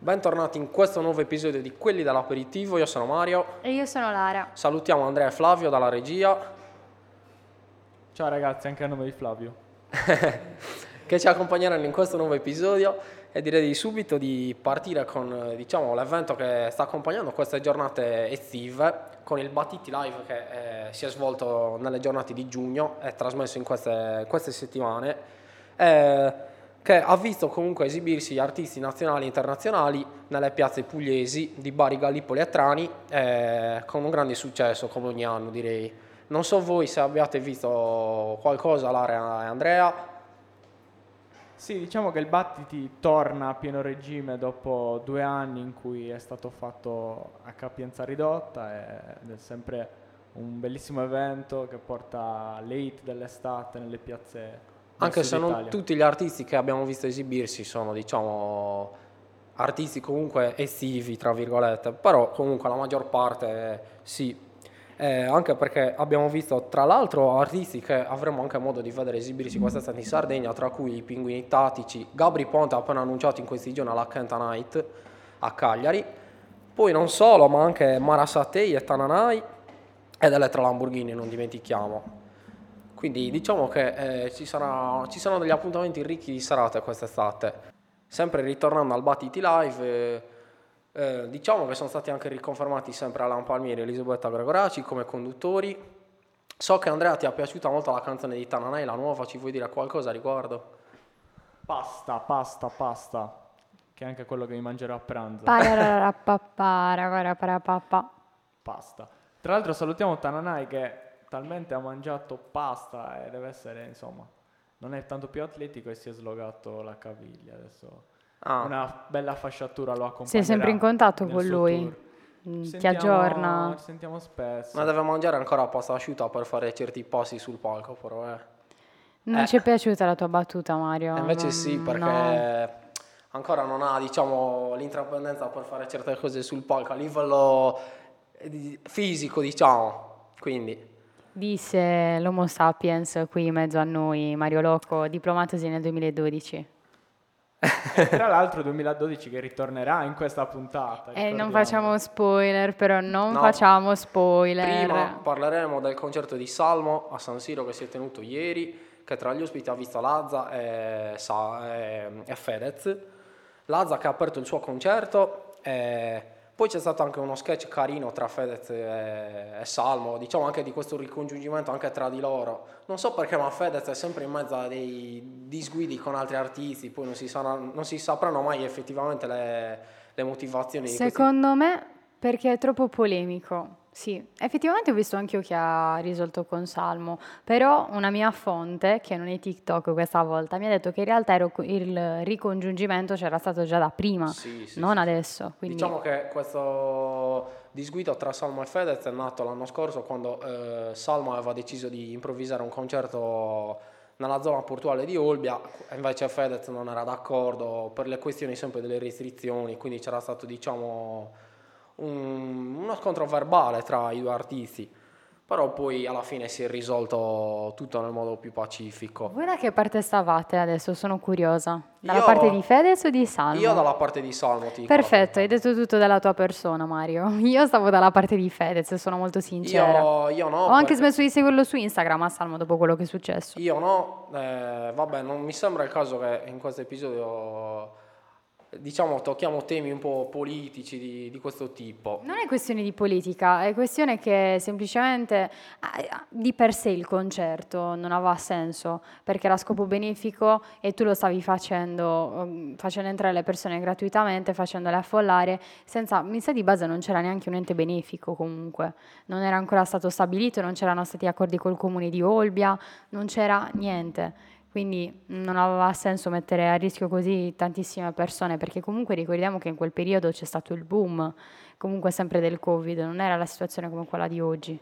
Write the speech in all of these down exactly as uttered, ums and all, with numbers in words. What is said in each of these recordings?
Bentornati in questo nuovo episodio di Quelli dell'Aperitivo, io sono Mario. E io sono Lara. Salutiamo Andrea e Flavio dalla regia. Ciao ragazzi, anche a nome di Flavio. Che ci accompagneranno in questo nuovo episodio e direi di subito di partire con diciamo, l'evento che sta accompagnando queste giornate estive, con il Battiti Live che eh, si è svolto nelle giornate di giugno e trasmesso in queste, queste settimane. Eh, che ha visto comunque esibirsi artisti nazionali e internazionali nelle piazze pugliesi di Bari, Gallipoli e Trani, eh, con un grande successo come ogni anno, direi. Non so voi se abbiate visto qualcosa, Lara e Andrea. Sì, diciamo che il Battiti torna a pieno regime dopo due anni in cui è stato fatto a capienza ridotta ed è sempre un bellissimo evento che porta le hit dell'estate nelle piazze. Anche se non Italia. Tutti gli artisti che abbiamo visto esibirsi sono, diciamo, artisti comunque estivi, tra virgolette, però comunque la maggior parte eh, sì, eh, anche perché abbiamo visto tra l'altro artisti che avremo anche modo di vedere esibirsi quest'estate in Sardegna, tra cui i Pinguini Tattici, Gabri Ponte appena annunciato in questi giorni alla Kenta Night a Cagliari, poi non solo ma anche Mara Satei e Tananai ed Elettra Lamborghini, non dimentichiamo. Quindi diciamo che eh, ci, sarà, ci saranno degli appuntamenti ricchi di serate quest'estate. Sempre ritornando al Battiti Live, eh, eh, diciamo che sono stati anche riconfermati sempre Alan Palmieri e Elisabetta Gregoraci come conduttori. So che Andrea ti è piaciuta molto la canzone di Tananai, la nuova, ci vuoi dire qualcosa a riguardo? Pasta, pasta, pasta, che è anche quello che mi mangerò a pranzo. Pasta. Tra l'altro salutiamo Tananai che talmente ha mangiato pasta e deve essere, insomma, non è tanto più atletico e si è slogato la caviglia adesso. Ah. Una bella fasciatura lo accompagnerà. Sei sempre in contatto con lui? Mm, ti sentiamo, aggiorna? Sentiamo spesso. Ma deve mangiare ancora pasta asciutta per fare certi passi sul palco, però eh. Non eh. ci è piaciuta la tua battuta, Mario? E invece non, sì, perché no. ancora non ha, diciamo, l'intraprendenza per fare certe cose sul palco a livello fisico, diciamo, quindi... Disse l'Homo sapiens qui in mezzo a noi, Mario Loco, diplomatosi nel duemiladodici. E tra l'altro duemiladodici che ritornerà in questa puntata. E eh, non facciamo spoiler, però non no, facciamo spoiler. Prima parleremo del concerto di Salmo a San Siro che si è tenuto ieri, che tra gli ospiti ha visto Lazza e, Sa- e, e Fedez. Lazza che ha aperto il suo concerto e... Poi c'è stato anche uno sketch carino tra Fedez e, e Salmo, diciamo anche di questo ricongiungimento anche tra di loro. Non so perché, ma Fedez è sempre in mezzo a dei disguidi con altri artisti, poi non si, sarà, non si sapranno mai effettivamente le, le motivazioni. Secondo di me perché è troppo polemico. Sì, effettivamente ho visto anche io che ha risolto con Salmo, però una mia fonte, che non è TikTok questa volta, mi ha detto che in realtà il ricongiungimento c'era stato già da prima, sì, sì, non sì, adesso. Quindi... Diciamo che questo disguido tra Salmo e Fedez è nato l'anno scorso quando eh, Salmo aveva deciso di improvvisare un concerto nella zona portuale di Olbia, invece Fedez non era d'accordo per le questioni sempre delle restrizioni, quindi c'era stato, diciamo... Un, uno scontro verbale tra i due artisti, però poi alla fine si è risolto tutto nel modo più pacifico. Voi da che parte stavate adesso? Sono curiosa. Dalla Io, parte di Fedez o di Salmo? Io dalla parte di Salmo, ti dico. Perfetto, hai detto tutto della tua persona, Mario. Io stavo dalla parte di Fedez, sono molto sincera. Io, io no. Ho anche smesso di seguirlo su Instagram a Salmo dopo quello che è successo. Io no, eh, vabbè, non mi sembra il caso che in questo episodio... diciamo tocchiamo temi un po' politici di, di questo tipo. Non è questione di politica, è questione che semplicemente di per sé il concerto non aveva senso perché era a scopo benefico e tu lo stavi facendo facendo entrare le persone gratuitamente, facendole affollare senza, mi sa di base non c'era neanche un ente benefico comunque, non era ancora stato stabilito, non c'erano stati accordi col comune di Olbia, non c'era niente. Quindi non aveva senso mettere a rischio così tantissime persone, perché comunque ricordiamo che in quel periodo c'è stato il boom, comunque sempre del Covid, non era la situazione come quella di oggi.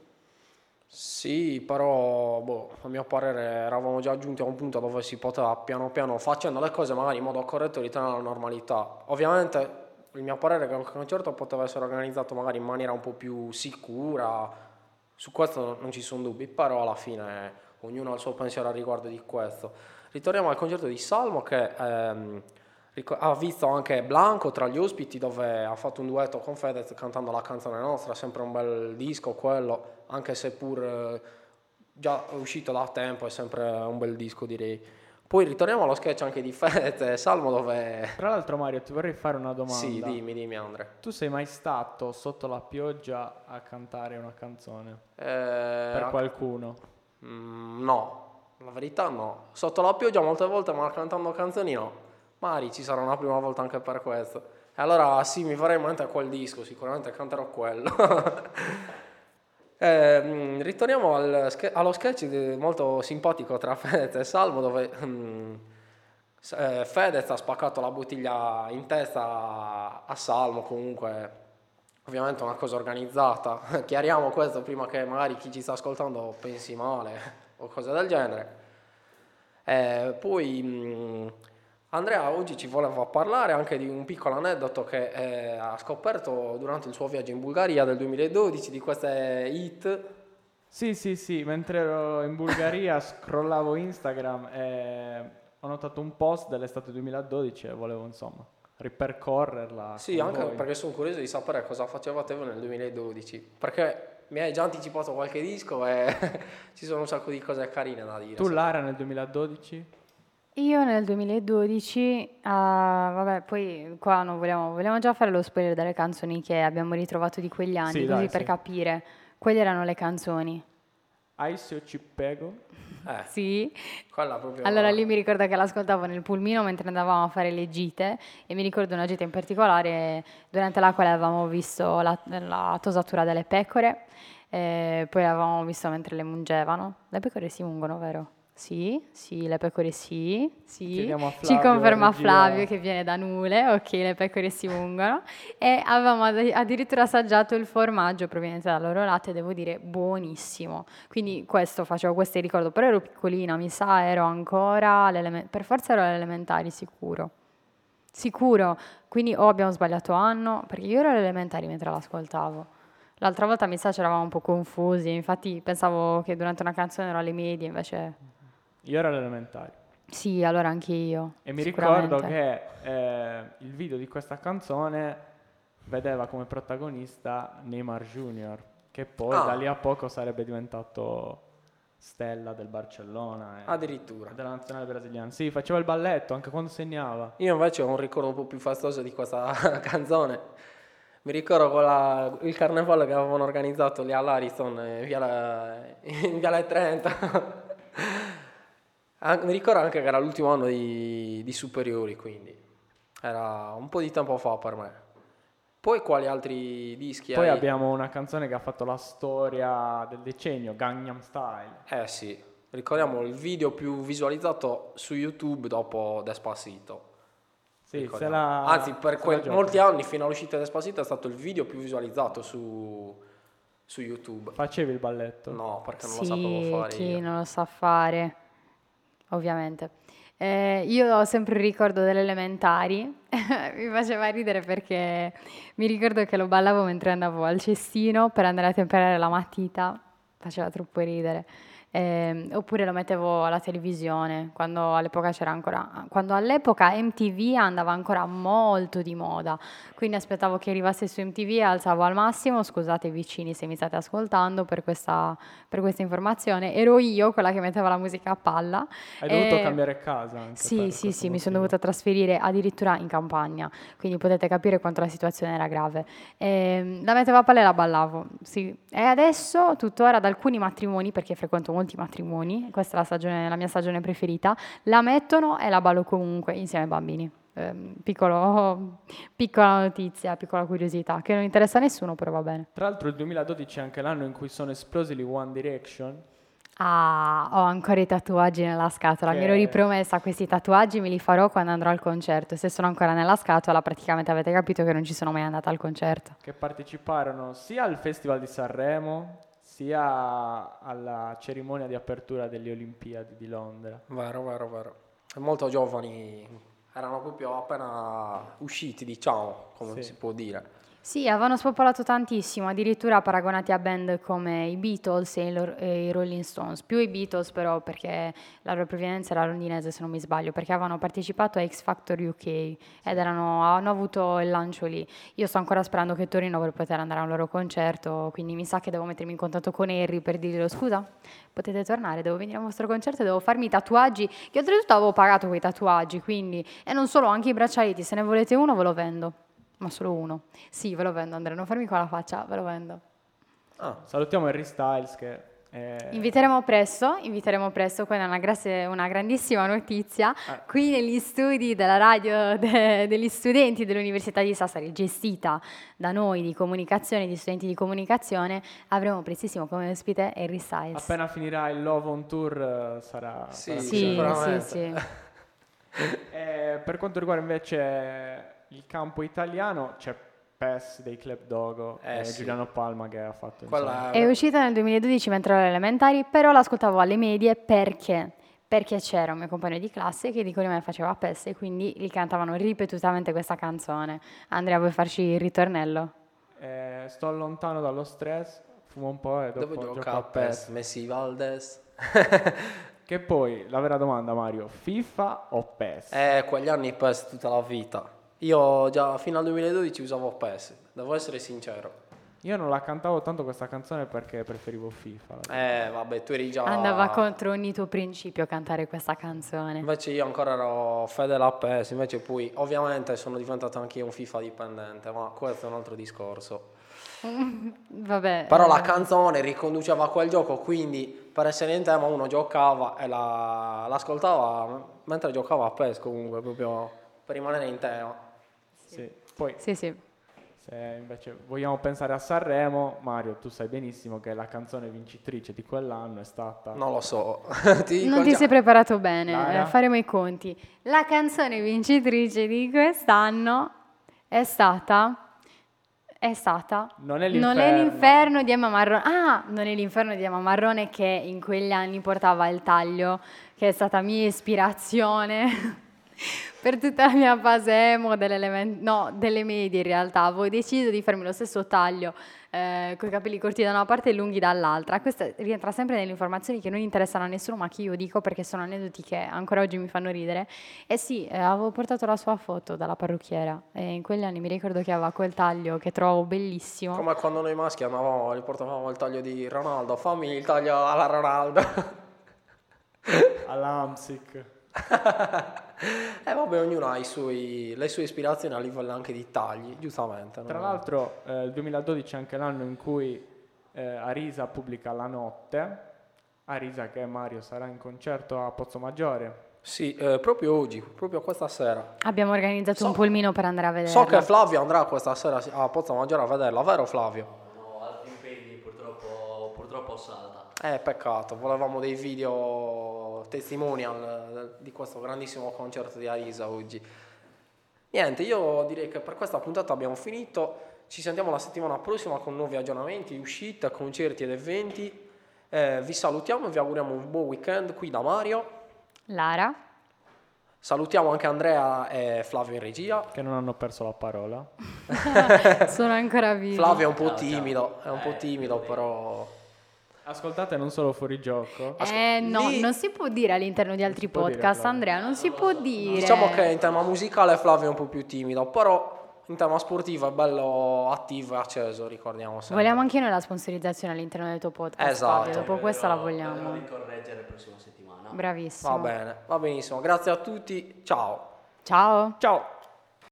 Sì, però boh, a mio parere eravamo già giunti a un punto dove si poteva piano piano, facendo le cose magari in modo corretto, ritornare alla normalità. Ovviamente il mio parere è che il concerto poteva essere organizzato magari in maniera un po' più sicura, su questo non ci sono dubbi, però alla fine... ognuno ha il suo pensiero a riguardo di questo. Ritorniamo al concerto di Salmo che ehm, Rico- ha visto anche Blanco tra gli ospiti, dove ha fatto un duetto con Fedez cantando la canzone nostra, sempre un bel disco quello, anche se pur eh, già uscito da tempo, è sempre un bel disco, direi. Poi ritorniamo allo sketch anche di Fedez e Salmo, dove... Tra l'altro, Mario, ti vorrei fare una Sì, domanda. dimmi, dimmi Andre. Tu sei mai stato sotto la pioggia a cantare una canzone? Eh, Per qualcuno? mm, no, la verità no. Sotto la pioggia molte volte, ma cantando canzoni no. Magari ci sarà una prima volta anche per questo. E allora sì, mi farei in mente a quel disco, sicuramente canterò quello. Eh, mm, ritorniamo al ske- allo sketch di- molto simpatico tra Fedez e Salmo, dove mm, s- eh, Fedez ha spaccato la bottiglia in testa a, a Salmo, comunque ovviamente una cosa organizzata. Chiariamo questo prima che magari chi ci sta ascoltando pensi male o cose del genere. Eh, poi mh, Andrea oggi ci voleva parlare anche di un piccolo aneddoto che eh, ha scoperto durante il suo viaggio in Bulgaria del duemiladodici, di queste hit. Sì, sì, sì, mentre ero in Bulgaria scrollavo Instagram e ho notato un post dell'estate duemiladodici e volevo insomma ripercorrerla Sì, con anche voi. perché sono curioso di sapere cosa facevate voi nel duemiladodici, perché mi hai già anticipato qualche disco e ci sono un sacco di cose carine da dire. Tu sì. Lara nel duemiladodici? Io nel duemiladodici, ah, vabbè, poi qua non vogliamo, vogliamo già fare lo spoiler delle canzoni che abbiamo ritrovato di quegli anni, Sì, così dai, per sì. capire. Quelle erano le canzoni. Ice o Cippego? Eh, Sì. quella proprio... Allora lì mi ricordo che l'ascoltavo nel pulmino mentre andavamo a fare le gite e mi ricordo una gita in particolare durante la quale avevamo visto la, la tosatura delle pecore, e poi avevamo visto mentre le mungevano. Le pecore si mungono, vero? Sì, sì, le pecore sì, sì. Chiediamo a Ci Flavio, conferma regia. Flavio che viene da Nule, ok, le pecore si mungono. E avevamo ad- addirittura assaggiato il formaggio proveniente dal loro latte, e devo dire buonissimo. Quindi questo facevo, questo ricordo, però ero piccolina, mi sa, ero ancora, all'eleme- per forza ero alle elementari, sicuro. Sicuro, quindi o abbiamo sbagliato anno, perché io ero alle elementari mentre l'ascoltavo. L'altra volta mi sa c'eravamo un po' confusi, infatti pensavo che durante una canzone ero alle medie, invece Io ero alle elementari. sì, allora anche io, E mi sicuramente. ricordo che eh, il video di questa canzone vedeva come protagonista Neymar Junior, che poi Ah. da lì a poco sarebbe diventato stella del Barcellona e Addirittura. della nazionale brasiliana. Sì, faceva il balletto anche quando segnava. Io invece ho un ricordo un po' più fastoso di questa canzone. Mi ricordo con la- il carnevale che avevano organizzato lì all'Ariston in Viale, in Viale trenta. An- Mi ricordo anche che era l'ultimo anno di, di superiori, quindi era un po' di tempo fa per me. Poi quali altri dischi Poi hai? abbiamo una canzone che ha fatto la storia del decennio, Gangnam Style. Eh sì, ricordiamo il video più visualizzato su YouTube dopo Despacito. Sì, se Ricordiamo. la Anzi, per se quel- la gioca. molti anni fino all'uscita di Despacito è stato il video più visualizzato su, su YouTube. Facevi il balletto? No, perché non lo sapevo Sì, fare chi io. non lo sa fare, ovviamente. Eh, io ho sempre il ricordo delle elementari, mi faceva ridere perché mi ricordo che lo ballavo mentre andavo al cestino per andare a temperare la matita, faceva troppo ridere. Eh, oppure lo mettevo alla televisione, quando all'epoca c'era ancora, quando all'epoca M T V andava ancora molto di moda, quindi aspettavo che arrivasse su M T V e alzavo al massimo, scusate vicini se mi state ascoltando per questa, per questa informazione, ero io quella che metteva la musica a palla. Hai dovuto e- cambiare casa anche Sì, per sì, questo sì, mi sono motivo. dovuta trasferire addirittura in campagna, quindi potete capire quanto la situazione era grave. Ehm, la mettevo a palla e la ballavo, sì. E adesso, tuttora, ad alcuni matrimoni, perché frequento molti matrimoni, questa è la, stagione, la mia stagione preferita, la mettono e la ballo comunque insieme ai bambini. Ehm, piccolo, piccola notizia, piccola curiosità, che non interessa a nessuno, però va bene. Tra l'altro il duemiladodici è anche l'anno in cui sono esplosi gli One Direction. Ah, ho ancora i tatuaggi nella scatola. Che- Mi ero ripromessa questi tatuaggi, me li farò quando andrò al concerto. Se sono ancora nella scatola, praticamente avete capito che non ci sono mai andata al concerto. che parteciparono sia al Festival di Sanremo sia alla cerimonia di apertura delle Olimpiadi di Londra. Vero, vero, vero. E molto giovani, erano proprio appena usciti, diciamo, come Sì. si può dire. Sì, avevano spopolato tantissimo, addirittura paragonati a band come i Beatles e i lor- e i Rolling Stones, più i Beatles però perché la loro provenienza era londinese se non mi sbaglio, perché avevano partecipato a X Factor U K ed erano, hanno avuto il lancio lì. Io sto ancora sperando che tornino per poter andare a un loro concerto, quindi mi sa che devo mettermi in contatto con Harry per dirgli scusa, potete tornare, devo venire al vostro concerto e devo farmi i tatuaggi, che oltretutto avevo pagato quei tatuaggi, quindi, e non solo, anche i braccialetti, se ne volete uno ve lo vendo. Ma solo uno. Sì, ve lo vendo, Andrea, non farmi qua la faccia, ve lo vendo. Ah, salutiamo Harry Styles che è... Inviteremo presto, inviteremo presto, quella è una, grasse- una grandissima notizia. Ah. Qui negli studi della radio de- degli studenti dell'Università di Sassari, gestita da noi di comunicazione, di studenti di comunicazione, avremo prestissimo come ospite Harry Styles. Appena finirà il Love on Tour eh, sarà... Sì, sarà Sì, qui. sicuramente. sì, sì. Eh, per quanto riguarda invece il campo italiano, c'è Pes dei Club Dogo Eh, e sì. Giuliano Palma che ha fatto Quella insomma, È uscita nel duemiladodici mentre ero alle elementari, però l'ascoltavo alle medie perché? Perché c'era un mio compagno di classe che di quello me faceva peste e quindi gli cantavano ripetutamente questa canzone. Andrea, vuoi farci il ritornello? eh, sto lontano dallo stress, fumo un po' e dopo Dove gioco gioca a a Pes. PES? Messi Valdes? Che poi, la vera domanda Mario, FIFA o Pes? Eh, quegli anni PES tutta la vita. Io già fino al duemiladodici usavo PES, devo essere sincero. Io non la cantavo tanto questa canzone perché preferivo FIFA. Eh, vabbè, tu eri già... Andava contro ogni tuo principio cantare questa canzone. Invece io ancora ero fedele a PES, invece poi ovviamente sono diventato anche io un FIFA dipendente, ma questo è un altro discorso. Vabbè. Però eh, la canzone riconduceva a quel gioco, quindi per essere in tema uno giocava e la, l'ascoltava mentre giocava a PES comunque, proprio per rimanere in tema. Sì. Poi, Sì, sì. se invece vogliamo pensare a Sanremo, Mario, tu sai benissimo che la canzone vincitrice di quell'anno è stata... Non lo so, ti dico Non ti già. sei preparato bene, Lara? eh, faremo i conti. La canzone vincitrice di quest'anno è stata... È stata... Non è Non è l'inferno. l'inferno di Emma Marrone. Ah, non è l'inferno di Emma Marrone che in quegli anni portava il taglio, che è stata mia ispirazione per tutta la mia fase emo delle, elemen- no, delle medie in realtà. Avevo deciso di farmi lo stesso taglio eh, con i capelli corti da una parte e lunghi dall'altra. Questa rientra sempre nelle informazioni che non interessano a nessuno, ma che io dico perché sono aneddoti che ancora oggi mi fanno ridere. E sì, eh, avevo portato la sua foto dalla parrucchiera e in quegli anni mi ricordo che aveva quel taglio che trovavo bellissimo. Come quando noi maschi andavamo, gli portavamo il taglio di Ronaldo, fammi il taglio alla Ronaldo. All'Amsic. E vabbè, ognuno ha i suoi, le sue ispirazioni a livello anche di tagli, giustamente. Tra no? l'altro eh, il duemiladodici è anche l'anno in cui eh, Arisa pubblica La Notte. Arisa che Mario sarà in concerto a Pozzomaggiore. Sì, eh, proprio oggi, proprio questa sera. Abbiamo organizzato So- un pulmino per andare a vederla. So che Flavio andrà questa sera a Pozzomaggiore a vederla, vero Flavio? No, altri impegni purtroppo, purtroppo salta. Eh, peccato, volevamo dei video testimonial di questo grandissimo concerto di Arisa oggi. Niente, io direi che per questa puntata abbiamo finito. Ci sentiamo la settimana prossima con nuovi aggiornamenti, uscite, concerti ed eventi. Eh, vi salutiamo e vi auguriamo un buon weekend qui da Mario. Lara. Salutiamo anche Andrea e Flavio in regia. Che non hanno perso la parola. Sono ancora vivi. Flavio è un po' Ciao, ciao. timido, è un po' Eh, timido, però... Ascoltate non solo fuori gioco. Eh no, lì- non si può dire all'interno di altri si può dire, podcast, Flavio. Andrea, non si può dire. Diciamo che in tema musicale Flavio è un po' più timido, però in tema sportivo è bello attivo e acceso, ricordiamo sempre. Vogliamo anche noi la sponsorizzazione all'interno del tuo podcast, Esatto. Fabio, dopo questa la Però vogliamo. di correggere la prossima settimana. Bravissimo. Va bene, va benissimo. Grazie a tutti, ciao. Ciao. Ciao!